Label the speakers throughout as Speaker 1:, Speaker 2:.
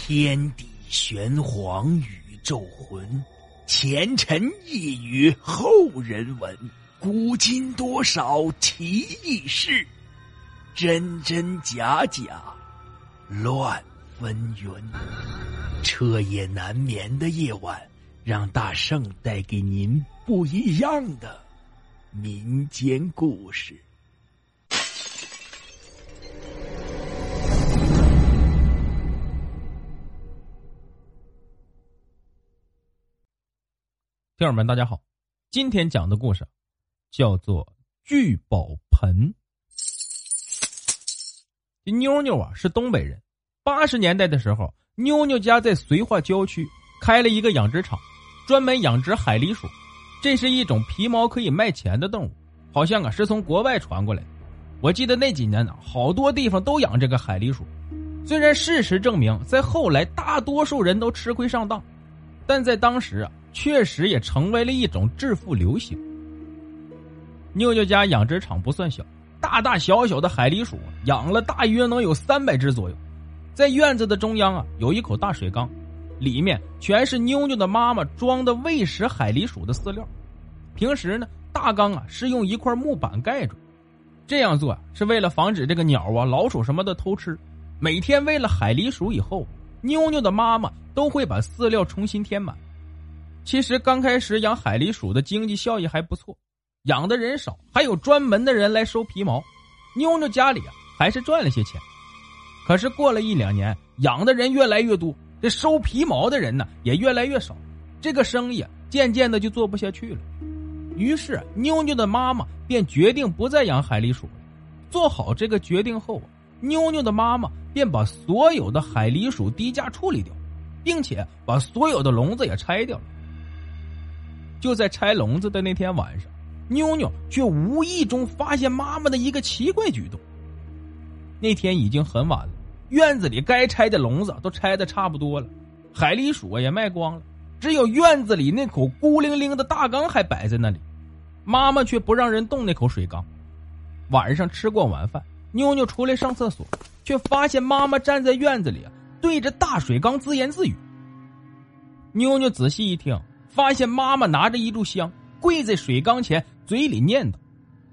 Speaker 1: 天地玄黄宇宙浑，前尘一语后人闻。古今多少奇异事，真真假假乱纷纭。彻夜难眠的夜晚，让大圣带给您不一样的民间故事。
Speaker 2: 听友们大家好，今天讲的故事叫做聚宝盆。妞妞啊是东北人，80年代的时候，妞妞家在绥化郊区开了一个养殖场，专门养殖海狸鼠。这是一种皮毛可以卖钱的动物，好像是从国外传过来的。我记得那几年好多地方都养这个海狸鼠。虽然事实证明在后来大多数人都吃亏上当，但在当时确实也成为了一种致富流行。妞妞家养殖场不算小，大大小小的海狸鼠养了大约能有300只左右。在院子的中央有一口大水缸，里面全是妞妞的妈妈装的喂食海狸鼠的饲料。平时大缸是用一块木板盖住，这样做是为了防止这个鸟老鼠什么的偷吃。每天喂了海狸鼠以后，妞妞的妈妈都会把饲料重新填满。其实刚开始养海狸鼠的经济效益还不错，养的人少，还有专门的人来收皮毛，妞妞家里还是赚了些钱。可是过了1-2年，养的人越来越多，这收皮毛的人也越来越少，这个生意渐渐的就做不下去了。于是妞妞的妈妈便决定不再养海狸鼠了。做好这个决定后，妞妞的妈妈便把所有的海狸鼠低价处理掉，并且把所有的笼子也拆掉了。就在拆笼子的那天晚上，妞妞却无意中发现妈妈的一个奇怪举动。那天已经很晚了，院子里该拆的笼子都拆得差不多了，海狸鼠也卖光了，只有院子里那口孤零零的大缸还摆在那里。妈妈却不让人动那口水缸。晚上吃过晚饭，妞妞出来上厕所，却发现妈妈站在院子里对着大水缸自言自语。妞妞仔细一听，发现妈妈拿着一炷香跪在水缸前，嘴里念叨：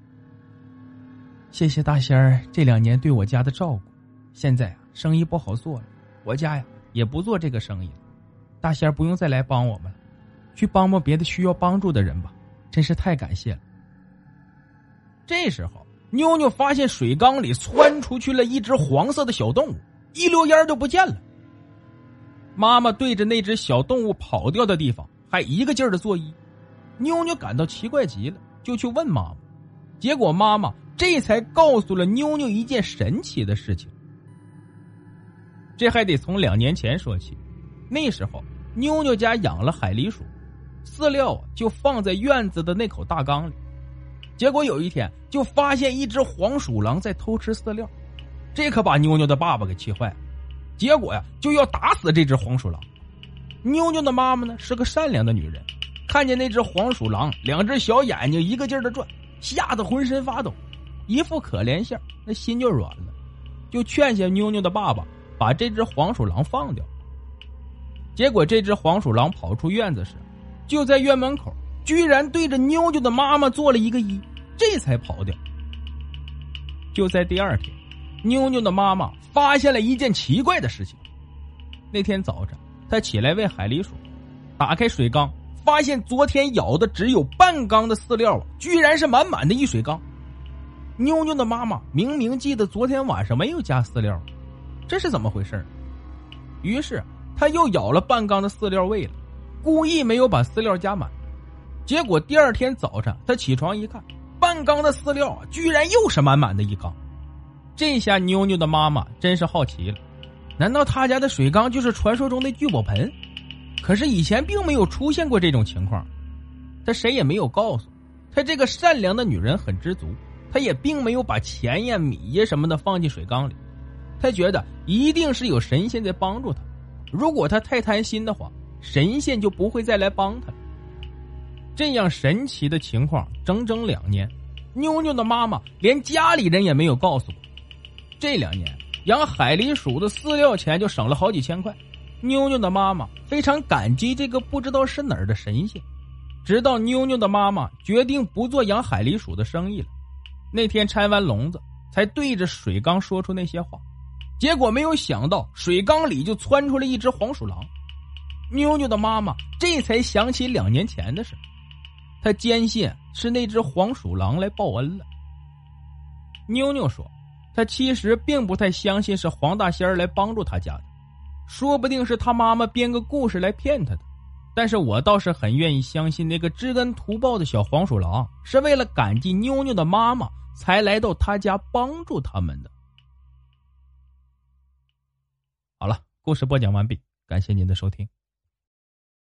Speaker 2: 谢谢大仙儿这2年对我家的照顾，现在生意不好做了，我家也不做这个生意了，大仙儿不用再来帮我们了，去帮帮别的需要帮助的人吧，真是太感谢了。这时候妞妞发现水缸里窜出去了一只黄色的小动物，一溜烟就不见了。妈妈对着那只小动物跑掉的地方还一个劲儿的作揖。妞妞感到奇怪极了，就去问妈妈。结果妈妈这才告诉了妞妞一件神奇的事情。这还得从2年前说起。那时候妞妞家养了海狸鼠，饲料就放在院子的那口大缸里。结果有一天就发现一只黄鼠狼在偷吃饲料，这可把妞妞的爸爸给气坏了。结果就要打死这只黄鼠狼。妞妞的妈妈是个善良的女人，看见那只黄鼠狼2只小眼睛一个劲儿的转，吓得浑身发抖，一副可怜相，那心就软了，就劝下妞妞的爸爸把这只黄鼠狼放掉。结果这只黄鼠狼跑出院子时，就在院门口居然对着妞妞的妈妈做了一个揖，这才跑掉。就在第2天，妞妞的妈妈发现了一件奇怪的事情。那天早上她起来喂海狸鼠，打开水缸，发现昨天舀的只有半缸的饲料居然是满满的一水缸。妞妞的妈妈明明记得昨天晚上没有加饲料，这是怎么回事？于是她又舀了半缸的饲料喂了，故意没有把饲料加满。结果第2天早上她起床一看，半缸的饲料居然又是满满的一缸。这下妞妞的妈妈真是好奇了，难道她家的水缸就是传说中的聚宝盆？可是以前并没有出现过这种情况，她谁也没有告诉。她这个善良的女人很知足，她也并没有把钱呀米呀什么的放进水缸里。她觉得一定是有神仙在帮助她，如果她太贪心的话，神仙就不会再来帮她了。这样神奇的情况整整2年，妞妞的妈妈连家里人也没有告诉过。这2年养海狸鼠的饲料钱就省了好几千块， 妞妞的妈妈非常感激这个不知道是哪儿的神仙，直到妞妞的妈妈决定不做养海狸鼠的生意了。那天拆完笼子，才对着水缸说出那些话，结果没有想到水缸里就窜出了一只黄鼠狼。妞妞的妈妈这才想起2年前的事，她坚信是那只黄鼠狼来报恩了。妞妞说，她其实并不太相信是黄大仙儿来帮助她家的，说不定是她妈妈编个故事来骗她的。但是我倒是很愿意相信那个知恩图报的小黄鼠狼是为了感激妞妞的妈妈才来到她家帮助他们的。好了，故事播讲完毕，感谢您的收听。